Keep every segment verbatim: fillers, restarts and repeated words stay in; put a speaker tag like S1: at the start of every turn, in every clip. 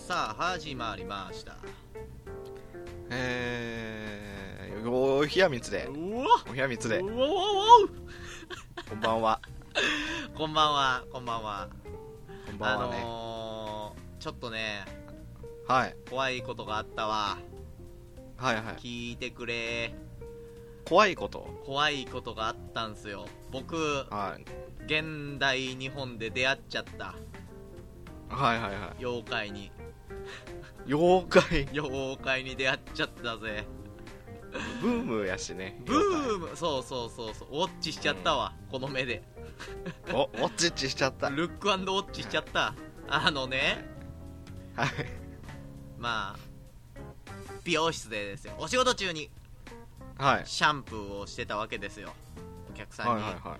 S1: さあ始まりました。
S2: えー、お冷やみつで
S1: うわ
S2: お冷やみつで
S1: うわうわうわ
S2: こんばんは
S1: こんばんはこんばんは
S2: こんばんはね、
S1: あのー、ちょっとね
S2: はい
S1: 怖いことがあったわ。
S2: はいはい
S1: 聞いてくれ。
S2: 怖いこと
S1: 怖いことがあったんすよ。僕、
S2: はい、
S1: 現代日本で出会っちゃった。
S2: はいはいはい
S1: 妖怪に
S2: 妖怪
S1: 妖怪に出会っちゃったぜ。
S2: ブームやしね
S1: ブーム、そうそうそうそう、ウォッチしちゃったわ、うん、この目で
S2: おウォッチッチしちゃった。
S1: ルック&ウォッチしちゃった。あのね、
S2: はい
S1: まあ美容室でですよ、お仕事中に
S2: はい
S1: シャンプーをしてたわけですよ、お客さんに、
S2: はいはいはい、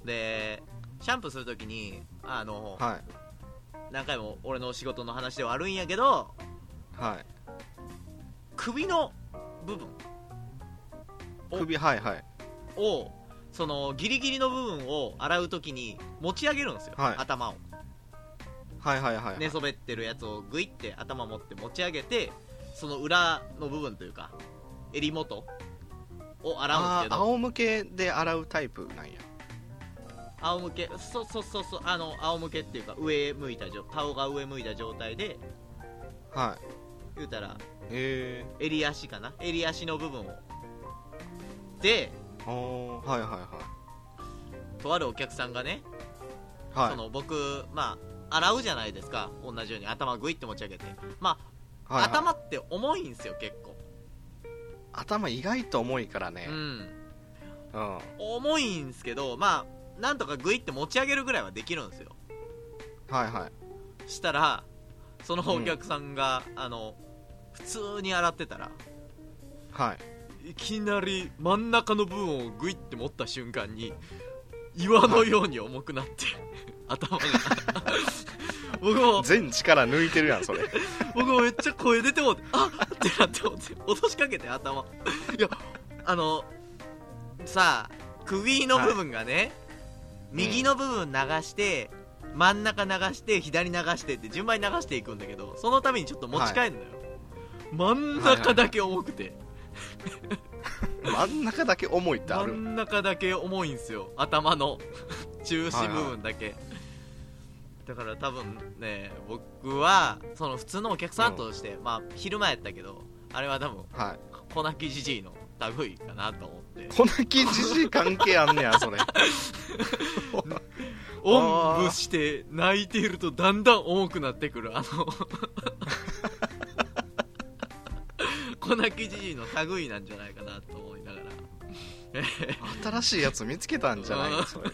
S1: でシャンプーするときにあの、
S2: はい、
S1: 何回も俺の仕事の話ではあるんやけど、
S2: はい、
S1: 首の部分
S2: 首、はいはい
S1: をそのギリギリの部分を洗うときに持ち上げるんですよ、
S2: はい、
S1: 頭を
S2: はいはいはい、はい、
S1: 寝そべってるやつをグイって頭持って持ち上げて、その裏の部分というか襟元を洗うんですけど、
S2: 仰向けで洗うタイプなんや。
S1: 仰向け、そうそうそうそう、あの仰向けっていうか上向いた状、顔が上向いた状態で、
S2: はい
S1: 言うたら、
S2: え
S1: ー、襟足かな、襟足の部分をで、
S2: おーはいはいはい、
S1: とあるお客さんがね、
S2: はい、
S1: その僕まあ洗うじゃないですか、同じように頭グイって持ち上げて、まあ、はいはい、頭って重いんですよ、結構
S2: 頭意外と重いからね、
S1: うん、
S2: うん、
S1: 重いんですけど、まあなんとかグイって持ち上げるぐらいはできるんですよ。
S2: はいはい。
S1: したらそのお客さんが、うん、あの普通に洗ってたら、
S2: はい、
S1: いきなり真ん中の部分をグイって持った瞬間に岩のように重くなって、はい、頭が僕も
S2: 全力抜いてるやんそれ
S1: 僕もめっちゃ声出てもって、あっってなって思って落としかけて頭、いやあのさあ首の部分がね、はい、右の部分流して、うん、真ん中流して左流してって順番に流していくんだけど、そのためにちょっと持ち帰るのよ、はい、真ん中だけ重くて、
S2: はいはい、真ん中だけ重いってある。
S1: 真ん中だけ重いんすよ、頭の中心部分だけ、はいはい、だから多分ね、僕はその普通のお客さんとして、うん、まあ昼間やったけど、あれは多分、はい、小泣きじじいの類かなと思って。
S2: 小泣きじじい関係あんねやそれ
S1: おんぶして泣いているとだんだん重くなってくる、あの小泣きじじいの類なんじゃないかなと思いながら
S2: 新しいやつ見つけたんじゃないのそれ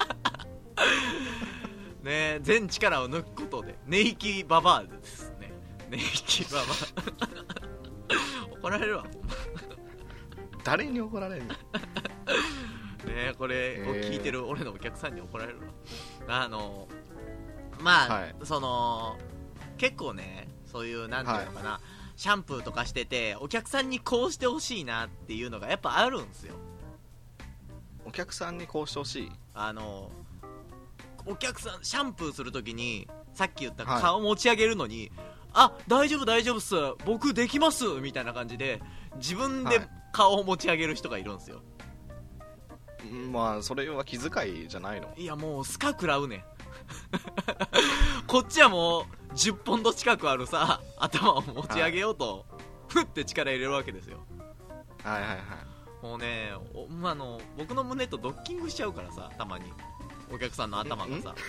S1: ね、全力を抜くことで寝息ババアですね、寝息ババア怒られるわ
S2: 誰に怒られるのね
S1: え、これを聞いてる俺のお客さんに怒られるわ。あのまあ、はい、その結構ね、そういうなんていうのかな、はい、シャンプーとかしててお客さんにこうしてほしいなっていうのがやっぱあるんですよ。
S2: お客さんにこうしてほしい、
S1: あのお客さんシャンプーするときにさっき言った顔持ち上げるのに、はい、あ、大丈夫大丈夫っす、僕できますみたいな感じで自分で顔を持ち上げる人がいるんですよ、
S2: はい、まあそれは気遣いじゃないの。
S1: いやもうスカ食らうねんこっちはもうじゅっポンド近くあるさ頭を持ち上げようと、はい、ふって力入れるわけですよ。
S2: はいはいはい。
S1: もうね、お、まあの僕の胸とドッキングしちゃうからさ、たまにお客さんの頭がさ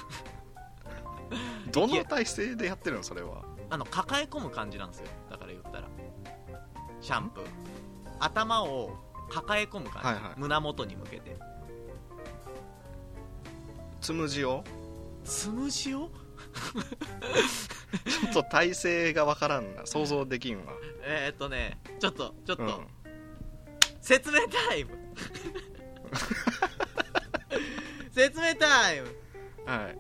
S2: どの体勢でやってるのそれは。
S1: あの抱え込む感じなんですよ、だから言ったらシャンプー頭を抱え込む感じ、はいはい、胸元に向けて
S2: つむじを
S1: つむじを
S2: ちょっと体勢がわからんな、想像できんわ。
S1: えーっとねちょっとちょっと、うん、説明タイム説明タイム、
S2: はい、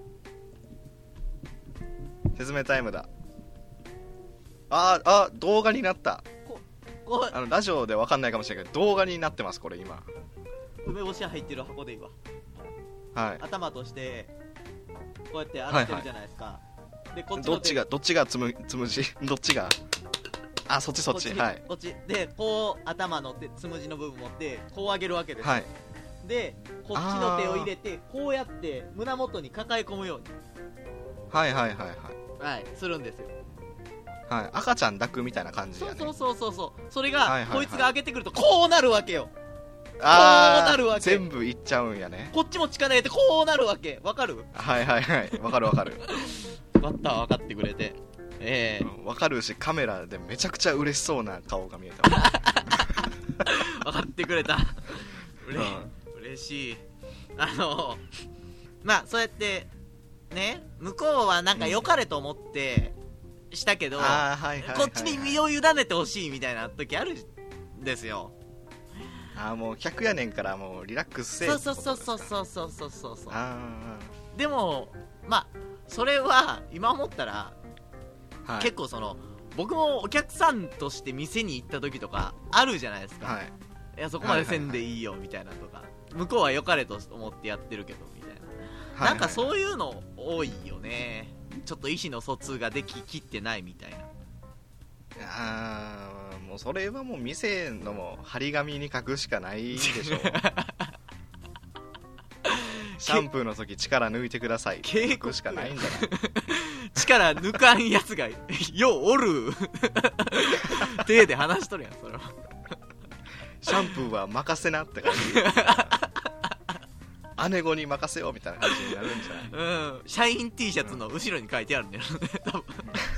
S2: 説明タイムだ。あーあ、動画になった。ここあのラジオでわかんないかもしれないけど動画になってます、これ今。
S1: 梅干し入ってる箱でいいわ。
S2: はい、
S1: 頭としてこうやって洗ってるじゃないですか、はいはい、 でこっち
S2: どっちがどっちがつむつむじどっちがあそっちそっちはい
S1: こっちでこう頭の手つむじの部分持ってこう上げるわけです、
S2: はい、
S1: でこっちの手を入れてこうやって胸元に抱え込むように
S2: はいはいはいはい
S1: はいするんですよ。
S2: はい、赤ちゃん抱くみたいな感じやね。
S1: そうそうそうそうそれが、
S2: はいはいはい、
S1: こいつが上げてくるとこうなるわけよ。
S2: あ
S1: こうなるわけ
S2: 全部いっちゃうんやね。
S1: こっちも力入れてこうなるわけ。わかる？
S2: はいはいはいわかるわかる
S1: バッター分かってくれてええー、
S2: わかるしカメラでめちゃくちゃ嬉しそうな顔が見えた
S1: 分かってくれたうれ、うん、嬉しい。あのまあそうやってね向こうはなんか良かれと思ってしたけど、うん、
S2: あはいはいはいはい、
S1: こっちに身を委ねてほしいみたいな時あるんですよ。
S2: あもう客やねんからもうリラックスせえ。
S1: そうそうそうそうそうそうそうそうそう。
S2: あ
S1: でもまあそれは今思ったら、
S2: はい、
S1: 結構その僕もお客さんとして店に行った時とかあるじゃないですか、
S2: はい、
S1: いやそこまでせんでいいよみたいなとか、向こうは良かれと思ってやってるけどみたいな、はいはいはい、なんかそういうの多いよね。ちょっと意思の疎通ができきってないみたいな。
S2: あーもうそれはもう店のも張り紙に書くしかないでしょシャンプーの時力抜いてくださいって書くしかないんじゃない
S1: 力抜かんやつがようおる手で話しとるやんそれは。
S2: シャンプーは任せなって感じ姉子に任せようみたいな感じになるんじゃない、
S1: うん、シャイン T シャツの後ろに書いてあるんだよね多分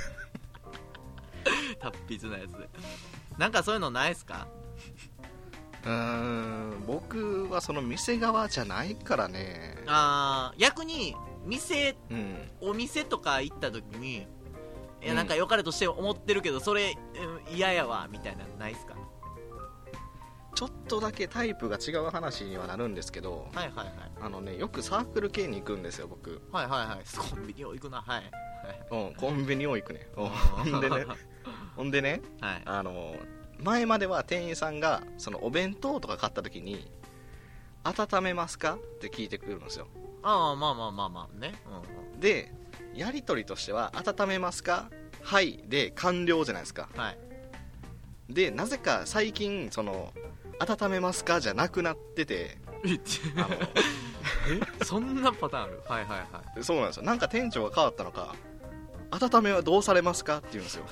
S1: 達筆なやつで。なんかそういうのないっすか？
S2: うーん僕はその店側じゃないからね。
S1: あー逆に店、
S2: うん、
S1: お店とか行った時に、いやなんか良かれとして思ってるけどそれ嫌、うん、やわみたいなのないっすか？
S2: ちょっとだけタイプが違う話にはなるんですけど、
S1: はいはいはい、
S2: あのねよくサークル系に行くんですよ僕。
S1: はいはいはい。コンビニを行くな。はい、
S2: はい、うんコンビニを行くね。ほんでねほんでね、はい、あの前までは店員さんがそのお弁当とか買った時に温めますかって聞いてくるんですよ。
S1: ああまあまあまあまあね、
S2: うん、でやり取りとしては温めますかはいで完了じゃないですか、はい、でなぜか最近その温めますかじゃなくなっててあの
S1: えそんなパターンある？はいはいはい。
S2: そうなんですよ。なんか店長が変わったのか温めはどうされますかって言うんですよ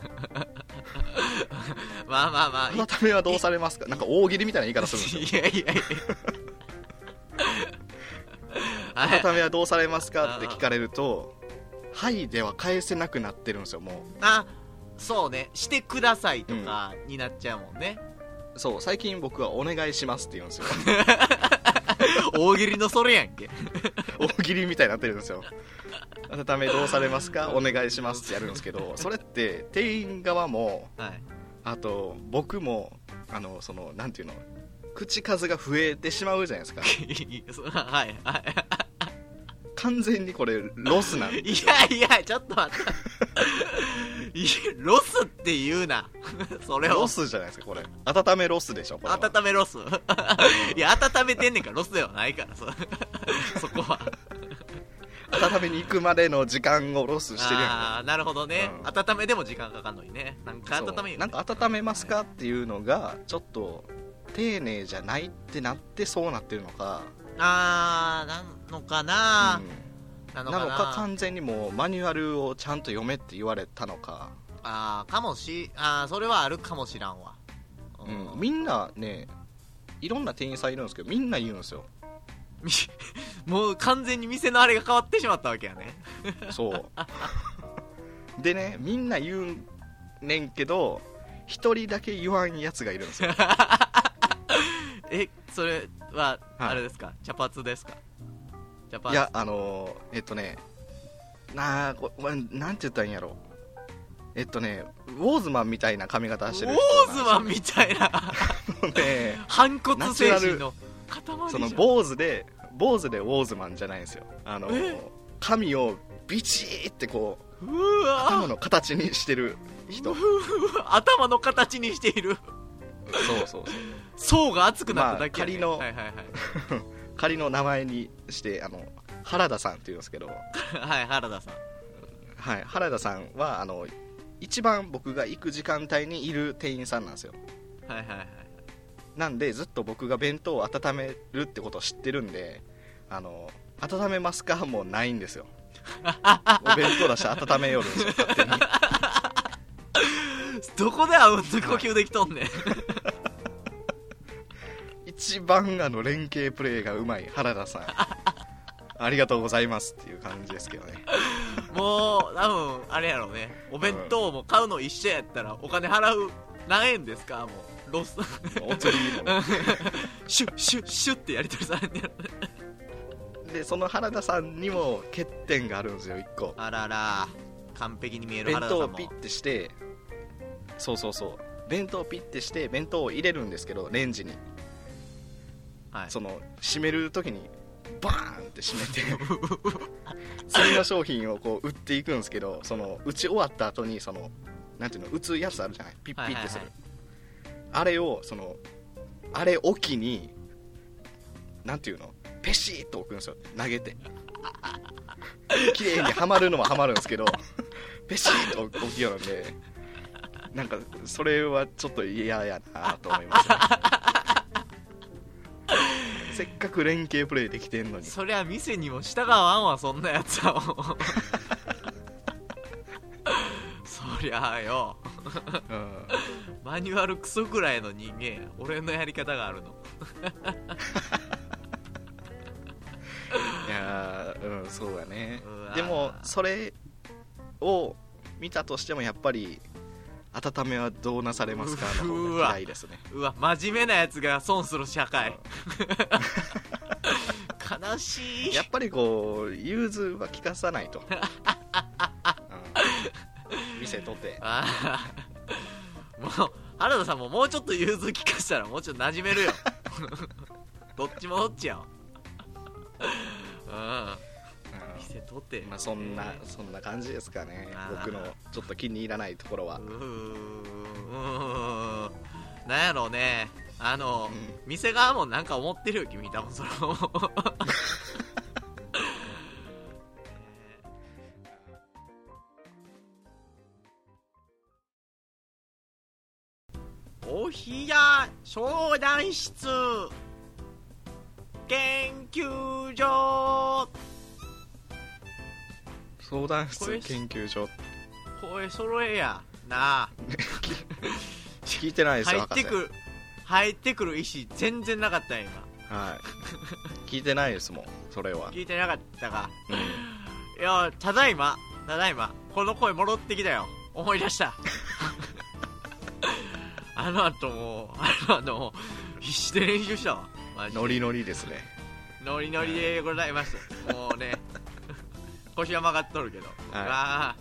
S1: まあまあまあ
S2: 温めはどうされますかなんか大喜利みたいな言い方するんですよ。いやいやいや温めはどうされますかって聞かれるとはいでは返せなくなってるんですよ。もう
S1: あそうねしてくださいとかになっちゃうもんね、
S2: うん、そう最近僕はお願いしますって言うんですよ
S1: 大喜利のそれやんけ
S2: 大喜利みたいになってるんですよ。温めどうされますかお願いしますってやるんですけど、それって店員側も、はい、あと僕もあのそのなんていうの口数が増えてしまうじゃないですか
S1: はいはい
S2: 完全にこれロスなんで。
S1: いやいやちょっと待ったロスって言うなそれを
S2: ロスじゃないですかこれ。温めロスでしょこれ。
S1: 温めロスいや温めてんねんからロスではないからそ, そこは
S2: 温めに行くまでの時間をロスしてるやん。
S1: ああなるほどね、うん、温めでも時間かかんのにね。なんか温めよ、ね、
S2: なんか温めますかっていうのがちょっと丁寧じゃないってなってそうなってるのか
S1: あーなんのかな、
S2: うん、なのかな、なのか完全にもうマニュアルをちゃんと読めって言われたのか。
S1: あーかもしあーそれはあるかもしらんわ、
S2: うんうん、みんなねいろんな店員さんいるんですけどみんな言うんですよ
S1: もう完全に店のあれが変わってしまったわけやね
S2: そうでねみんな言うねんけど一人だけ言わんやつがいるんですよ
S1: えそれはあれですか、はい、茶髪ですか？茶髪
S2: いやあのー、えっとねなあこなんて言ったらいいんやろえっとねウォーズマンみたいな髪型してる人
S1: ウォーズマンみたいなね反骨精神の塊じゃん。
S2: その坊主で坊主でウォーズマンじゃないんですよ。あの髪をビチーってこううわ頭の形にしてる人。
S1: 頭の形にしている
S2: そうそうそう
S1: 層が厚くなっただけや、ね、
S2: まあ、仮の、
S1: はいはいはい、
S2: 仮の名前にしてあの原田さんって言うんですけど
S1: はい原田さん
S2: はい、原田さんはあの一番僕が行く時間帯にいる店員さんなんですよ。
S1: はいはいはい。
S2: なんでずっと僕が弁当を温めるってことを知ってるんで、あの温めますかもうないんですよ。もう弁当出して温めよるんですよ、勝手に。
S1: どこであうんの呼吸できとんねん。
S2: 一番あの連携プレーがうまい原田さん、ありがとうございますっていう感じですけどね。
S1: もう多分あれやろうね、お弁当も買うの一緒やったらお金払う何円ですか、もうロス
S2: お釣りも
S1: シュッシュッシュッってやり取りされてる。
S2: でその原田さんにも欠点があるんですよ、いっこ。
S1: あらら、完璧に見える原田さんも。
S2: 弁当をピッてして、そうそうそう、弁当をピッてして弁当を入れるんですけど、レンジに、はい、その閉める時にバーンって閉めて次の商品をこう売っていくんですけど、その打ち終わった後にそのなんていうの、打つやつあるじゃない、ピッピッてする、はいはいはい、あれをそのあれ置きになんていうの、ペシッと置くんですよ、投げて綺麗にはまるのははまるんですけどペシッと置きよるんで、なんかそれはちょっと嫌やなと思いました、ね、せっかく連携プレイできてんのに。
S1: そりゃ店にも従わんわ、そんなやつはもうそりゃあよ、うん、マニュアルクソぐらいの人間、俺のやり方があるの
S2: いやー、うん、そうだね。でもそれを見たとしてもやっぱり温めはどうなされますかの方が嫌いですね。
S1: うわ、真面目なやつが損する社会、うん、悲しい。
S2: やっぱりこう融通は利かさないと、うん、店とて。
S1: あもう原田さんももうちょっと融通利かしたらもうちょっと馴染めるよどっちもどっちやうん、店とて、
S2: まあ、そんなそんな感じですかね、僕のちょっと気に入らないところは。う
S1: ーん、なんやろうね、あの、うん、店側もなんか思ってるよ、君多分それもおひや相談室研究所、
S2: 相談室研究所、
S1: 声揃えやなあ
S2: 聞いてないですよ、
S1: 入ってくる入ってくる意思全然なかったん今。
S2: はい聞いてないですもん、それは
S1: 聞いてなかったか、うん、いや、ただいまただいまこの声戻ってきたよ、思い出したあの後もあの後も必死で練習したわ、
S2: ノリノリですね、
S1: ノリノリでございます、もうね腰は曲がっとるけど、はい、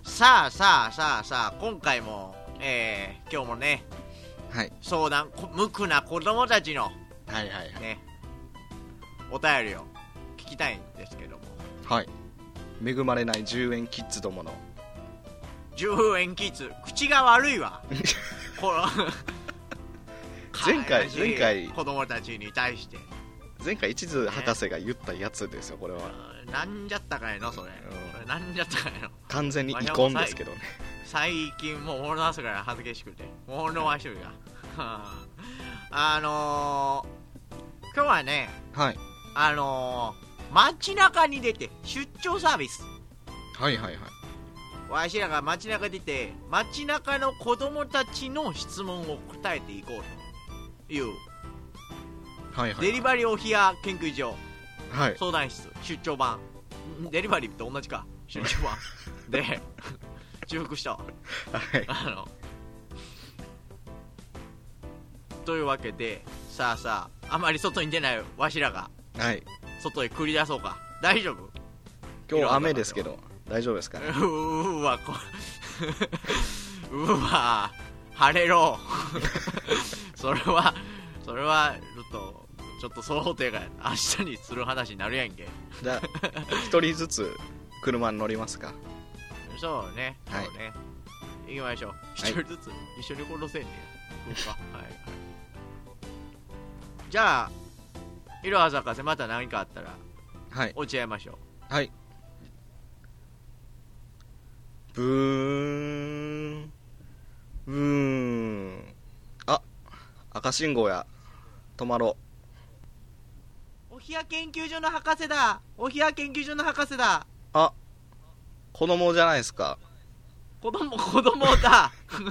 S1: さあさあさあさあ、今回も、えー、今日もね、はい、相談無垢な子供たちの、はいはいはいね、お便りを聞きたいんですけども、
S2: はい、恵まれないじゅうえんキッズどもの
S1: じゅうえんキッズ、口が悪いわこの
S2: 前回前回
S1: 子供たちに対して
S2: 前回一途博士が言ったやつですよ、これは。
S1: なんじゃったかいのそれ、うん、それなんじゃったかいの。
S2: 完全に遺恨ですけどね。
S1: 最近もう物の汗が恥ずかしくて物の足があのー、今日はね、はい、あのー、街中に出て出張サービス、
S2: はいはいはい、
S1: わしらが街中出て街中の子供たちの質問を答えていこうという、はいはいはい、デリバリーお冷や研究所、はい、相談室出張版、デリバリーと同じか、出張版で重複したわ、はい、あのというわけで、さあさあ、あまり外に出ないわしらが、はい、外へ繰り出そうか。大丈夫？
S2: 今日雨ですけど大丈夫ですかね。
S1: うーわこうわ晴れろそれはそれはちょっとちょっと想定が明日にする話になるやんけ。
S2: じゃあ一人ずつ車に乗りますか。
S1: そうね、そうね、はい、行きましょう。一人ずつ、はい、一緒に殺せんねや。そうか、はいはい。じゃあいろは博士、また何かあったら、はい、落ち合いましょう。
S2: はい。 ブーンブーン。あ、赤信号や。止まろ
S1: う。お冷や研究所の博士だ。お冷や研究所の博士だ。
S2: あ、子供じゃないですか。
S1: 子供子供だ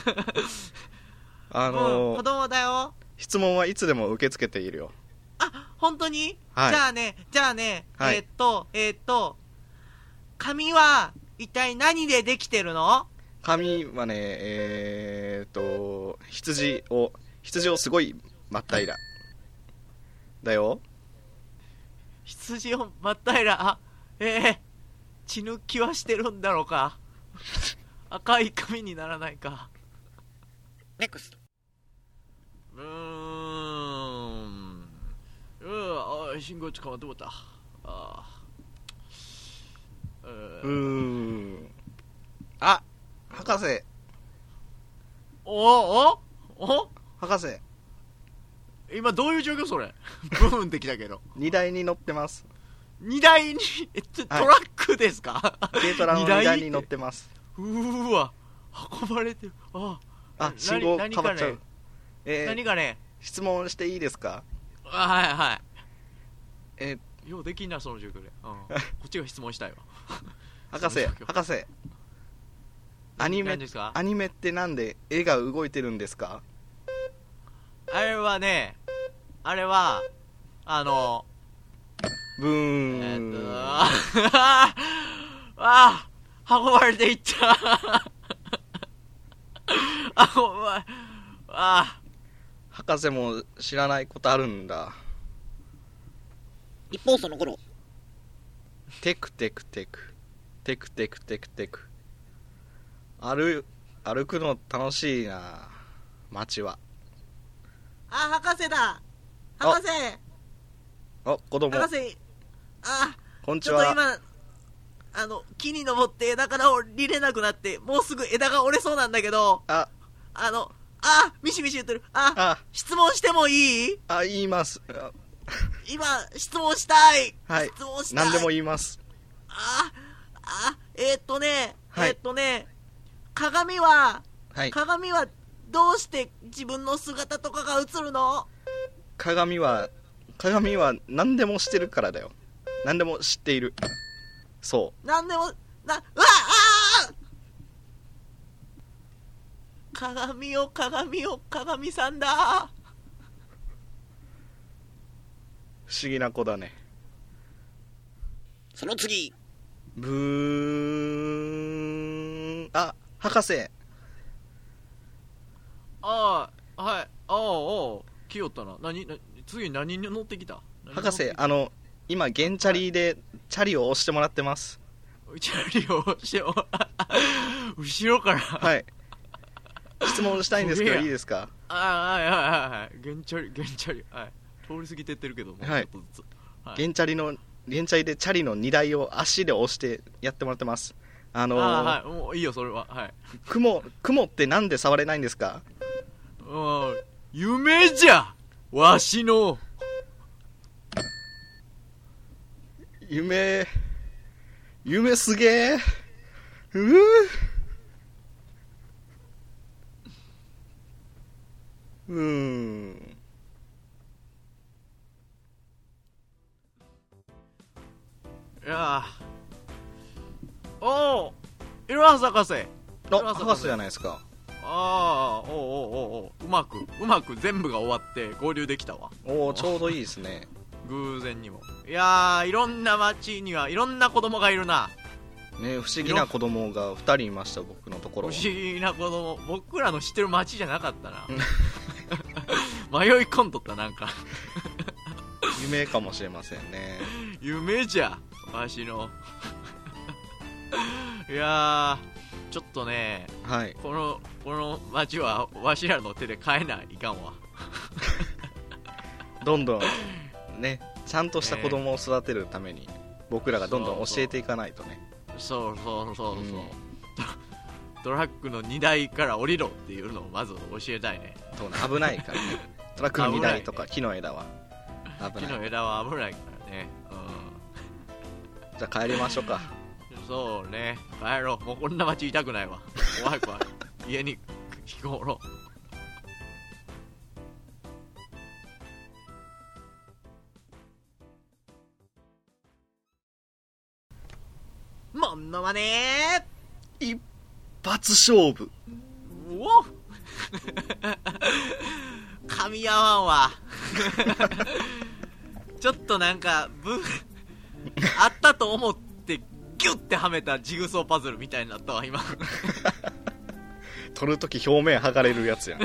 S2: あのー
S1: うん、子供だよ。
S2: 質問はいつでも受け付けているよ。
S1: あ、本当に、
S2: はい、
S1: じゃあねじゃあね、
S2: はい、
S1: えー、っとえー、っと髪は一体何でできてるの？
S2: 髪はね、えーっと羊を羊をすごい真っ平らだよ。
S1: 羊を真っ平ら。あ、えー、血抜きはしてるんだろうか。赤い髪にならないか。
S3: ネクスト。
S1: うーん。うー、あ、信号捕まってもった。あ
S2: うーん。あ、博士。
S1: おおお
S2: 博士。
S1: 今どういう状況それ？ブーンってきたけど。
S2: 荷台に乗ってます。
S1: 荷台に、えっと、トラックですか？
S2: 軽トラの荷台に乗ってます。
S1: うーわ、運ばれてる。あ
S2: あ、信号変わっちゃう。
S1: えー、何かね、
S2: 質問していいですか？
S1: あ、はいはい。
S2: え
S1: ー、ようできんな、その状況で。うん、こっちが質問したいわ。
S2: 博士、博士。アニメ、アニメってなんで絵が動いてるんですか？
S1: あれはね、あれは、あの、
S2: ブーン。
S1: えー、っと、ああ、運ばれていった。あ、お前、ああ。
S2: 博士も知らないことあるんだ。
S3: 一方その頃。
S2: テクテクテク。テクテクテクテク。歩、歩くの楽しいな、街は。
S1: あ、博士だ。博士。
S2: あ、子供。
S1: 博士。あ、
S2: こんにちは。
S1: ちょっと今、あの、木に登って枝から降りれなくなって、もうすぐ枝が折れそうなんだけど、
S2: あ、
S1: あの、あ、ミシミシ言ってる。あ、
S2: あ、
S1: 質問してもいい？
S2: あ、言います。
S1: 今、質問したい。
S2: はい。
S1: 質問したい。
S2: 何でも言います。
S1: あ、あ、えー、っとね、
S2: はい、
S1: えー、っとね、鏡は、
S2: はい、
S1: 鏡はどうして自分の姿とかが映るの？
S2: 鏡は、鏡は何でもしてるからだよ。何でも知っている。そう。
S1: 何でも、な、うわあ鏡よ鏡よ鏡さんだ。
S2: 不思議な子だね。
S3: その次。
S2: ブーン。あ、博士。
S1: ああ、はい。ああ、ああ、来よったな。何、な次何に乗ってきた？
S2: 博士、あの、今、ゲンチャリで、チャリを押してもらってます。
S1: チャリを押しても後ろから。
S2: はい。質問したいんですけどいいですか？
S1: ああ、はいはいはいはい。ゲンチャリ、ゲンチャリ。はい。通り過ぎてってるけども、
S2: はい、はい、ゲンチャリのゲンチャリでチャリの荷台を足で押してやってもらってます。あのー、
S1: あ、はい、もういいよそれは。はい。
S2: 雲雲ってなんで触れないんですか？
S1: あ、夢じゃわしの
S2: 夢夢すげえ。うーうーん。
S1: いやー、おお、いろは博士。
S2: あ、博士じゃないですか。
S1: ああ、おうおうおうおう、うまくうまく全部が終わって合流できたわ。
S2: おお、ちょうどいいですね。
S1: 偶然にも。いやー、いろんな町にはいろんな子供がいるな。
S2: ね、不思議な子供がふたりいました、僕のところは。
S1: 不思議な子供、僕らの知ってる町じゃなかったな。迷い込んどった、なんか。
S2: 夢かもしれませんね。
S1: 夢じゃわしの。いやー、ちょっとね、
S2: はい、
S1: このこの町はわしらの手で変えないかんわ。
S2: どんどんね、ちゃんとした子供を育てるために、僕らがどんどん教えていかないとね。
S1: そうそうそうそう、うん、トラックの荷台から降りろっていうのをまず教えたいね。
S2: そうね、危ないからね。トラックの荷台とか木の枝は危ない。
S1: 木の枝は危ないからね。
S2: うん、じゃあ帰りましょうか。
S1: そうね、 帰ろう、もうこんな街いたくないわ。怖い怖い、家に引きこもろう。ものまね
S2: 一発勝負。
S1: うお噛み合わんわちょっとなんかぶあったと思ってギュッてはめたジグソーパズルみたいになったわ今
S2: 取るとき表面剥がれるやつやんあっ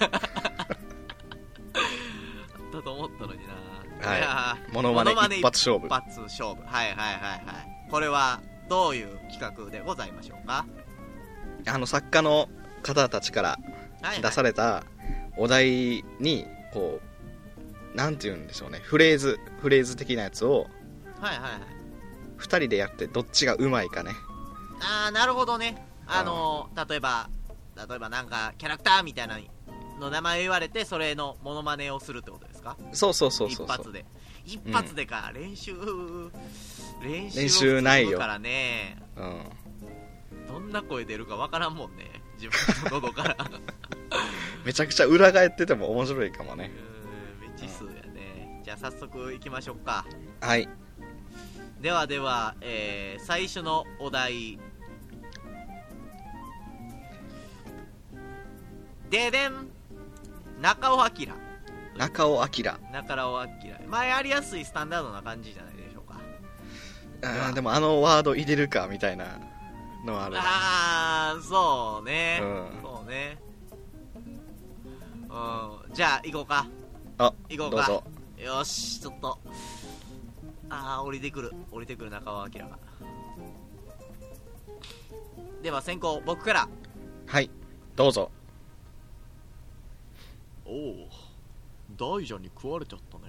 S1: たと思ったのにな。
S2: はい、
S1: いや
S2: モノマネ一発勝負。
S1: 一発勝負、はいはいはいはい。これはどういう企画でございましょうか。
S2: あの作家の方たちから出されたお題にこうなんて言うんでしょうね、フレーズフレーズ的なやつを
S1: はいはいはい
S2: ふたりでやってどっちがうまいかね。
S1: ああなるほどね。あのー、例えば例えばなんかキャラクターみたいなの名前言われてそれのモノマネをするってことですか。
S2: そうそうそうそう、
S1: 一発で一発でか、うん、練習練習
S2: 練習ないよ
S1: からね、
S2: うん、
S1: どんな声出るかわからんもんね自分の喉から
S2: めちゃくちゃ裏返ってても面白いかもね。
S1: うーん未知数やね、うん、じゃあ早速いきましょうか。
S2: はい、
S1: ではでは、えー、最初のお題ででん、中尾明。
S2: 中尾明
S1: 中尾明、まあやりやすいスタンダードな感じじゃないでしょうか。
S2: あでもあのワード入れるかみたいなのはある。
S1: ああそうね、
S2: うん、
S1: そうね、うん、じゃあ行こうか。
S2: あ
S1: 行こうか、
S2: どうぞ。
S1: よし、ちょっとああ降りてくる降りてくる中尾明が。では先行僕から。
S2: はいどうぞ。
S1: おお大蛇に食われちゃったね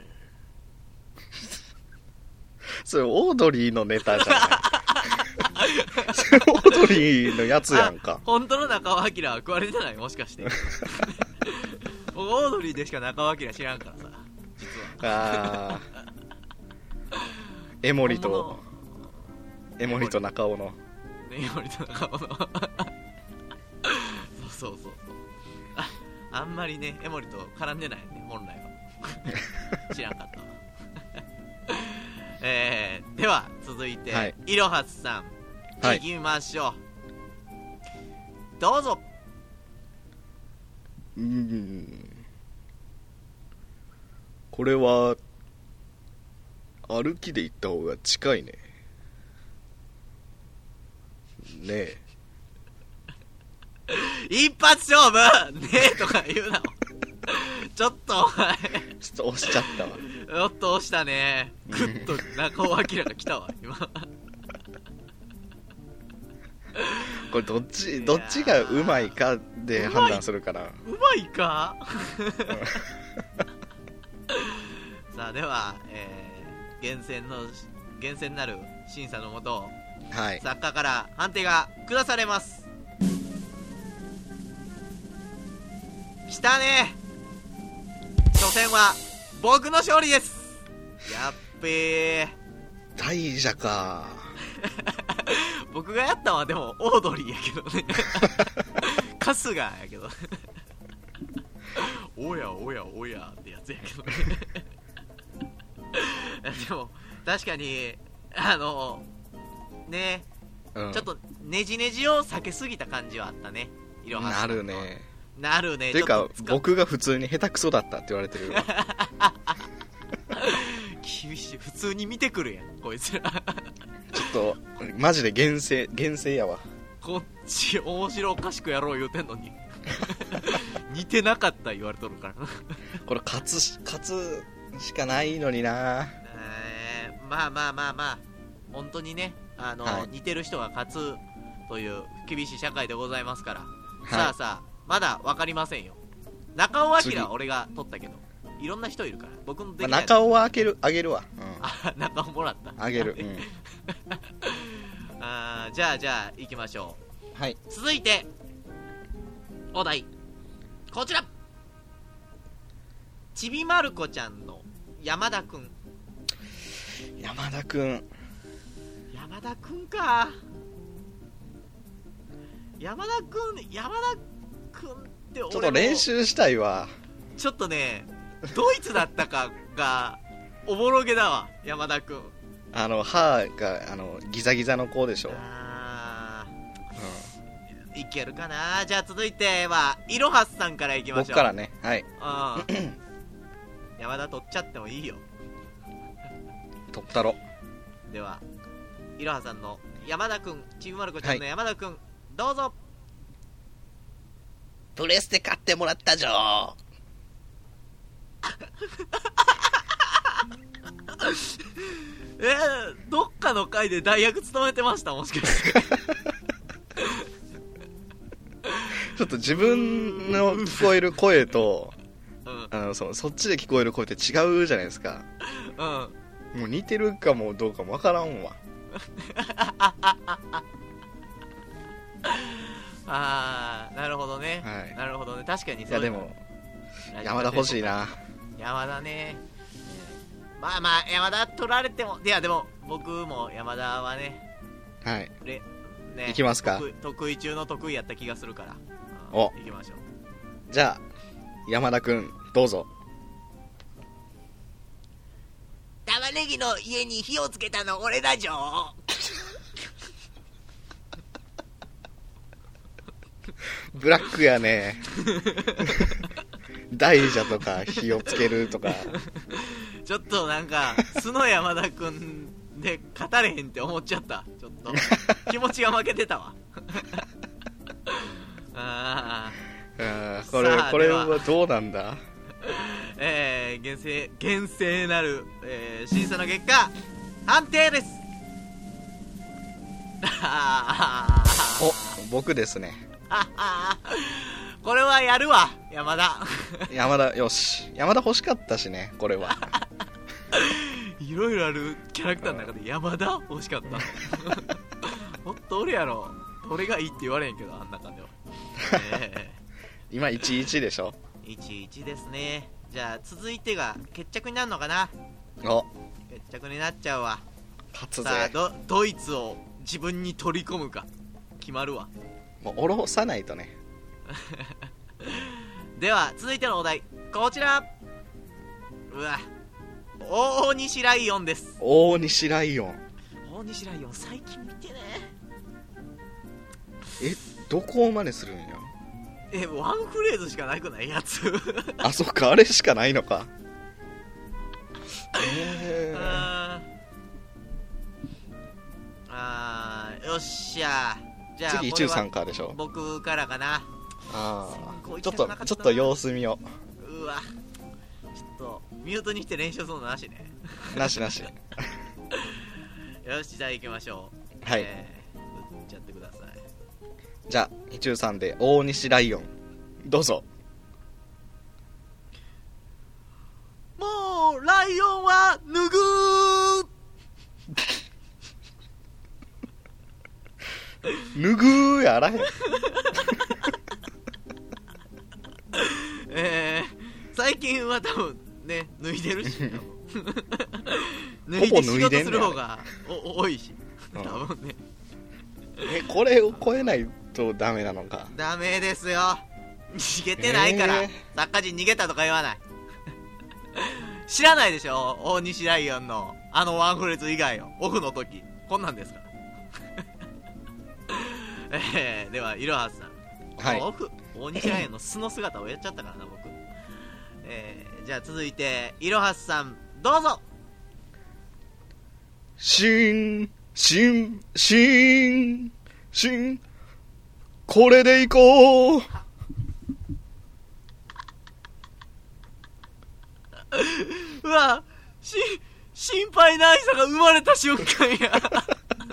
S2: それオードリーのネタじゃないそれオードリーのやつやんか。
S1: 本当の中尾明は食われてない？もしかして僕オードリーでしか中尾明知らんからさ実は。あ
S2: エモリとエモリと中尾の
S1: エモリと中尾のそうそうそうそう、ああんまりねエモリと絡んでないね本来は知らんかったわえー、では続いて、はい、いろはつさん、はい、行きましょう。どうぞ。
S2: うーんこれは歩きで行った方が近いね。ねえ
S1: 一発勝負ねえとか言うなちょっとお前
S2: ちょっと押しちゃったわ。
S1: ちょっと押したね。グッと中尾明が来たわ今
S2: これどっちどっちがうまいかで判断するから。
S1: うまいかさあでは、えー、厳選の厳選なる審査のもと、はい、作家から判定が下されます。来たね。初戦は僕の勝利です。やっべー
S2: 大蛇か
S1: 僕がやったのはでもオードリーやけどね春日やけどおやおやおやってやつやけどねでも確かにあのね、うん、ちょっとねじねじを避けすぎた感じはあったね。いろは
S2: なるね
S1: なるね。
S2: ていうか僕が普通に下手くそだったって言われてる
S1: 厳しい。普通に見てくるやんこいつらちょ
S2: っとマジで厳正厳正やわ。
S1: こっち面白おかしくやろう言うてんのに似てなかった言われとるから
S2: これ勝つし勝つしかないのにな、
S1: えー、まあまあまあまあ本当にねあの、はい、似てる人が勝つという厳しい社会でございますから、はい、さあさあまだ分かりませんよ。中尾明は俺が取ったけどいろんな人いるから僕のできない、
S2: まあ、中尾はあげるあげるわ、うん、
S1: あ中尾もらった
S2: あげる、うん、
S1: あじゃあじゃあ行きましょ
S2: う。はい
S1: 続いてお題こちら。ちびまる子ちゃんの山田くん。
S2: 山田くん
S1: 山田くんか。 山田くん山田くんって俺も
S2: ちょっと練習したいわ。
S1: ちょっとねドイツだったかがおぼろげだわ。山田くん
S2: あの歯があのギザギザの子でしょ。
S1: あー、うん、いけるかな。じゃあ続いてはいろはさんからいきましょう。
S2: 僕からね。はい。
S1: うん山田取っちゃってもいいよ。
S2: 取ったろ。
S1: ではいろはさんの山田くん、ちびまる子ちゃんの山田くん、はい、どうぞ。
S2: プレステ買ってもらったじょ
S1: えー、どっかの回で代役務めてました、もしかして
S2: ちょっと自分の聞こえる声と、うん、あの そ, そっちで聞こえる声って違うじゃないですか。うん、もう似てるかもどうかもわからんわ
S1: あー、なるほどね、はい、なるほどね。確かにそう。いや
S2: でも山田欲しいな。
S1: 山田ね。まあまあ山田取られても、いやでも僕も山田はね、
S2: はい、
S1: ね、
S2: いきますか。
S1: 得意、得意中の得意やった気がするから、
S2: お、
S1: いきましょう。
S2: じゃあ山田くんどうぞ。
S1: 玉ねぎの家に火をつけたの俺だじょ
S2: ブラックやね大蛇とか火をつけるとか
S1: ちょっとなんか素の山田くんで語れへんって思っちゃった。ちょっと気持ちが負けてたわあ
S2: あ、これこれはどうなんだ
S1: えー、厳正厳正なる、えー、審査の結果判定です
S2: お、僕ですね
S1: これはやるわ山田
S2: 山田、よし、山田欲しかったしね、これはい
S1: ろいろあるキャラクターの中で山田欲しかったもっとおるやろ。どれがいいって言われへんけど、あんな感じは、え
S2: ー、今いちいちでしょ。
S1: いちいちですね。じゃあ続いてが決着になるのかな。
S2: お、
S1: 決着になっちゃうわ。
S2: 勝つぜ。
S1: さあ ド, ドイツを自分に取り込むか決まるわ。
S2: もう下ろさないとね
S1: では続いてのお題こちら。うわ、大西ライオンです。
S2: 大西ライオン。
S1: 大西ライオン最近見てね。
S2: え、どこを真似するんや。
S1: え、ワンフレーズしかなくないやつ
S2: あ、そっか、あれしかないのかえー、
S1: ああー、よっしゃ。じゃあ
S2: 次、一中さんからでしょ。
S1: 僕からかな。
S2: ああ、ちょっとちょっと様子見よ
S1: う。うわ、ちょっとミュートにして練習するのなしね。
S2: なしなしよ
S1: し、じゃあ行きましょ
S2: う。はい、
S1: えー、打っちゃってください。
S2: じゃあ一中さんで大西ライオンどうぞ。
S1: もうライオンは脱ぐ
S2: 脱ぐーやらへん
S1: えー、最近は多分ね脱いでるし脱
S2: い
S1: で仕事する方がお多いし多分ね、
S2: うん、え、これを超えないとダメなのか。
S1: ダメですよ、逃げてないから、えー、作家陣逃げたとか言わない知らないでしょ大西ライオンのあのワンフレーズ以外を。オフの時こんなんですからえー、ではいろはさん、はい、オフ大西ライオンの素の姿をやっちゃったからな僕、えー、じゃあ続いていろはさんどうぞ。
S2: しんしんしんしんこれでいこう
S1: うわ、し心配な愛さが生まれた瞬間や誕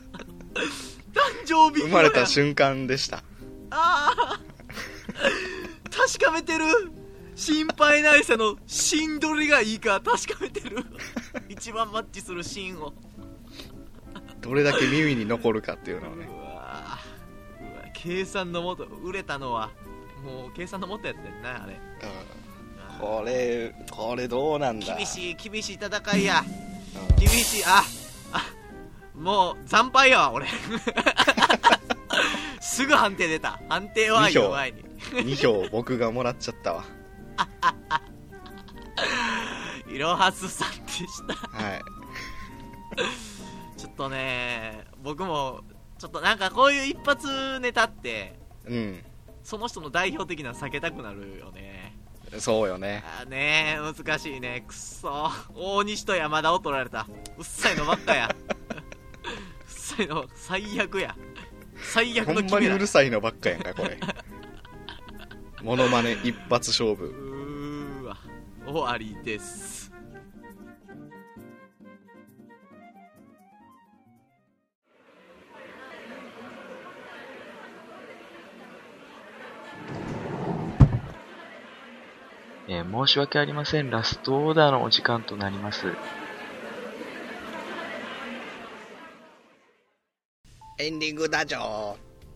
S1: 生日
S2: 生まれた瞬間でした。
S1: ああ確かめてる。心配な愛さのシンどれがいいか確かめてる一番マッチするシーンを
S2: どれだけ耳に残るかっていうのをね。
S1: うわ、うわ、計算のもと売れたのはもう計算のもとやってんなあれ。
S2: うん、これこれどうなんだ。
S1: 厳しい厳しい戦いや、うん、厳しい。ああもう惨敗やわ俺すぐ判定出た。判定は言う前に
S2: に票僕がもらっちゃったわ
S1: いろはすさんでした
S2: はい
S1: ちょっとね僕もちょっとなんかこういう一発ネタって
S2: うん
S1: その人の代表的なの避けたくなるよね。
S2: そうよね。
S1: あーねー難しいね。くっそ大西と山田を取られた。うっさいのばっかやうっさいの最悪や。最悪の
S2: ほんまにうるさいのばっかやんかこれモノマネ一発勝負。
S1: うーわ終わりです。
S4: えー、申し訳ありません。ラストオーダーのお時間となります。
S2: エンディングだじょ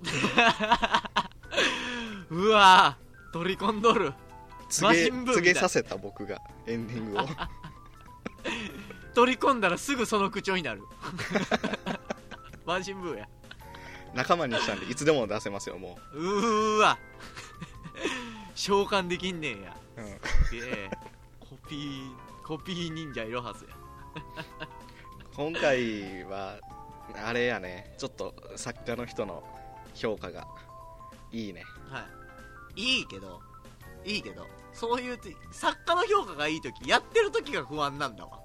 S1: ーうわー取り込んどる。
S2: 告げ告げさせた僕がエンディングを
S1: 取り込んだらすぐその口調になる魔人ブーや。
S2: 仲間にしたんでいつでも出せますよも
S1: う。うーわ召喚できんねんや、
S2: う、うん、
S1: えー、コピーコピー忍者いるはずや
S2: 今回はあれやね、ちょっと作家の人の評価がいいね。
S1: はいいいけどいいけどそういう作家の評価がいいときやってるときが不安なんだわ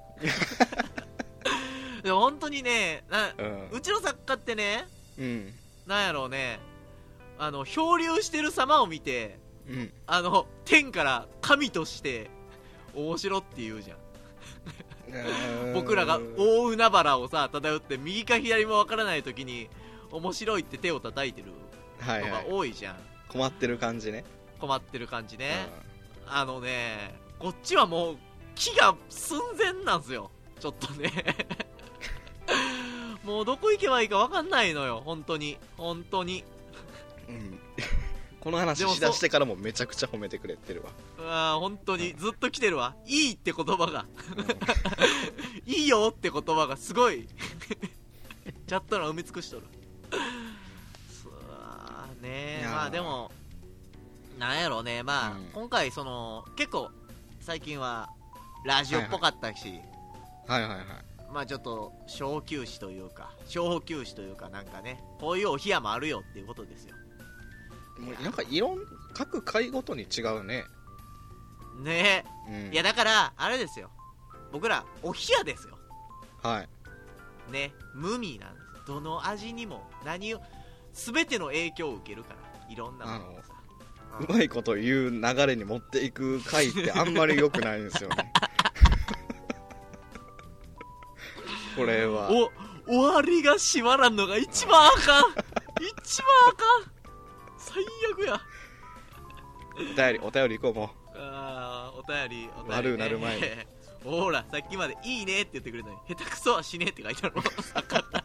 S1: でも本当にねな、うん、うちの作家ってね、
S2: うん、
S1: なんやろうね、あの漂流してる様を見て、
S2: うん、
S1: あの天から神として面白って言うじゃん僕らが大海原をさ漂って右か左もわからないときに面白いって手を叩いてるのが多いじゃん、はいはい、
S2: 困ってる感じね。
S1: 困ってる感じね、うん、あのねこっちはもう木が寸前なんすよちょっとねもうどこ行けばいいか分かんないのよ本当に本当に、
S2: うん、この話しだしてからもめちゃくちゃ褒めてくれてるわ。
S1: あ本当にずっと来てるわ。いいって言葉がいいよって言葉がすごいチャットの埋め尽くしとるそうね。まあでもなんやろうね、まあ、うん、今回その結構最近はラジオっぽかったし、
S2: はいはい、はいはいはい、
S1: まあちょっと小休止というか小休止というかなんかねこういうお部屋もあるよっていうことですよ。
S2: もうなんかいろん各回ごとに違うね。
S1: ねえ、うん、いやだからあれですよ、僕らお部屋ですよ。
S2: はい
S1: ね、無味なんです。どの味にも何を全ての影響を受けるからいろんなものをさ
S2: うまいこと言う流れに持っていく回ってあんまり良くないんですよねこれは
S1: お終わりが閉まらんのが一番あかん一番あかん最悪や。
S2: お便りお便り行こうもう。
S1: あお便りお便り、ね、
S2: 悪うなる前に
S1: ほらさっきまでいいねって言ってくれたのに下手くそはしねえって書いてあるもんさ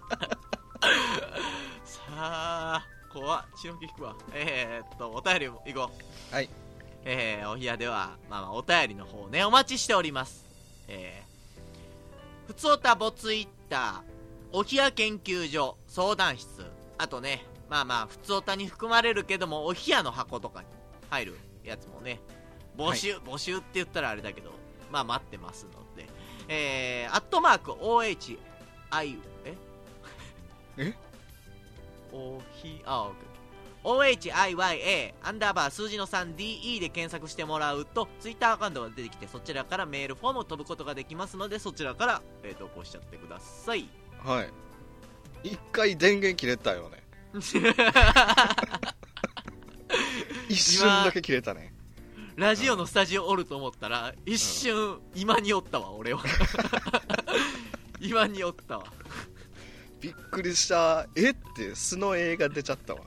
S1: あ怖っ血の気引くわ。えー、っとお便りもいこ
S2: う。はい、
S1: えー、お部屋では、まあ、まあお便りの方ねお待ちしております。えー、ふつおたボツイッターお部屋研究所相談室、あとねまあまあふつおたに含まれるけどもお部屋の箱とかに入るやつもね募集、はい、募集って言ったらあれだけどまあ待ってますので、えー、アットマーク オーエイチアイ え
S2: え
S1: おひあ オーエイチアイワイエー アンダーバー数字の スリーディーイー で検索してもらうとツイッターアカウントが出てきてそちらからメールフォームを飛ぶことができますのでそちらから、えー、投稿しちゃってください。
S2: はい一回電源切れたよね一瞬だけ切れたね。
S1: ラジオのスタジオおると思ったら一瞬、うん、今におったわ俺は今におったわ
S2: びっくりした。えって素の映画出ちゃったわ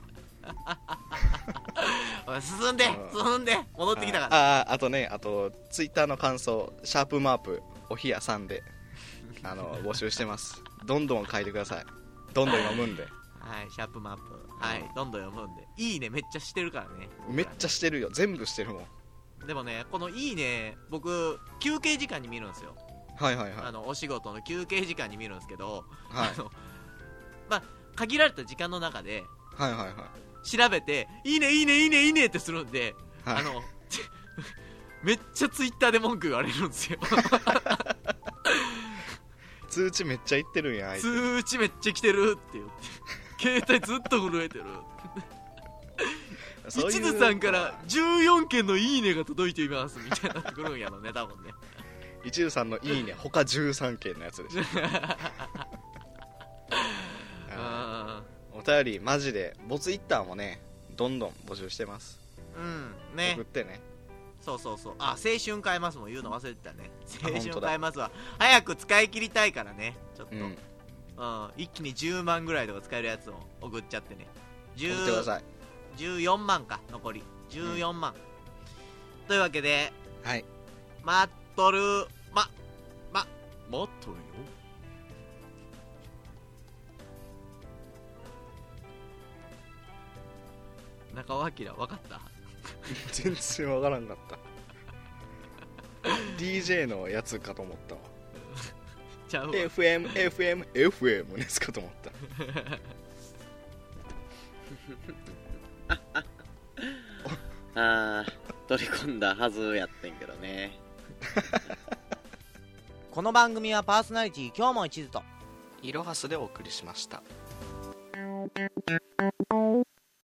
S1: 進んで進んで戻ってきたから。
S2: あああとねあとツイッターの感想シャープマープおひやさんであの募集してます。どんどん書いてください。どんどん読むんで
S1: はいシャープマープはい、うん、どんどん読むんでいいねめっちゃしてるからね。
S2: めっちゃしてるよ全部してるもん。
S1: でもねこのいいね僕休憩時間に見るんですよ。
S2: はいはいはい。
S1: あのお仕事の休憩時間に見るんですけど、
S2: はい、
S1: あのまあ限られた時間の中で
S2: はいはいはい
S1: 調べていいねいいねいいねいいねってするんで、はい、あのめっちゃツイッターで文句言われるんですよ
S2: 通知めっちゃいってるんや。
S1: 通知めっちゃ来てるって言って携帯ずっと震えてる一途さんからじゅうよんけんのいいねが届いていますみたいになってくるんやろね多分ね。
S2: 一途さんのいいね他じゅうさんけんのやつでしょあお便りマジでボツイッターもねどんどん募集してます。
S1: うんね、
S2: 送ってね。
S1: そうそうそう。あ、青春変えますも言うの忘れてたね。青春変えますは早く使い切りたいからねちょっと、うんうん、一気にじゅうまんぐらいとか使えるやつを送っちゃってね。
S2: 送ってください。
S1: じゅうよんまんか残りじゅうよんまん、うん、というわけで、
S2: はい、
S1: 待っとるまま待っとるよ。中尾明分かった
S2: 全然分からんかったディージェー のやつかと思ったわ
S1: ちゃうわ
S2: エフエム、エフエム、エフエム のやつかと思った
S3: あー取り込んだはずやってんけどね
S1: この番組はパーソナリティ今日も一途と
S2: いろはすでお送りしました。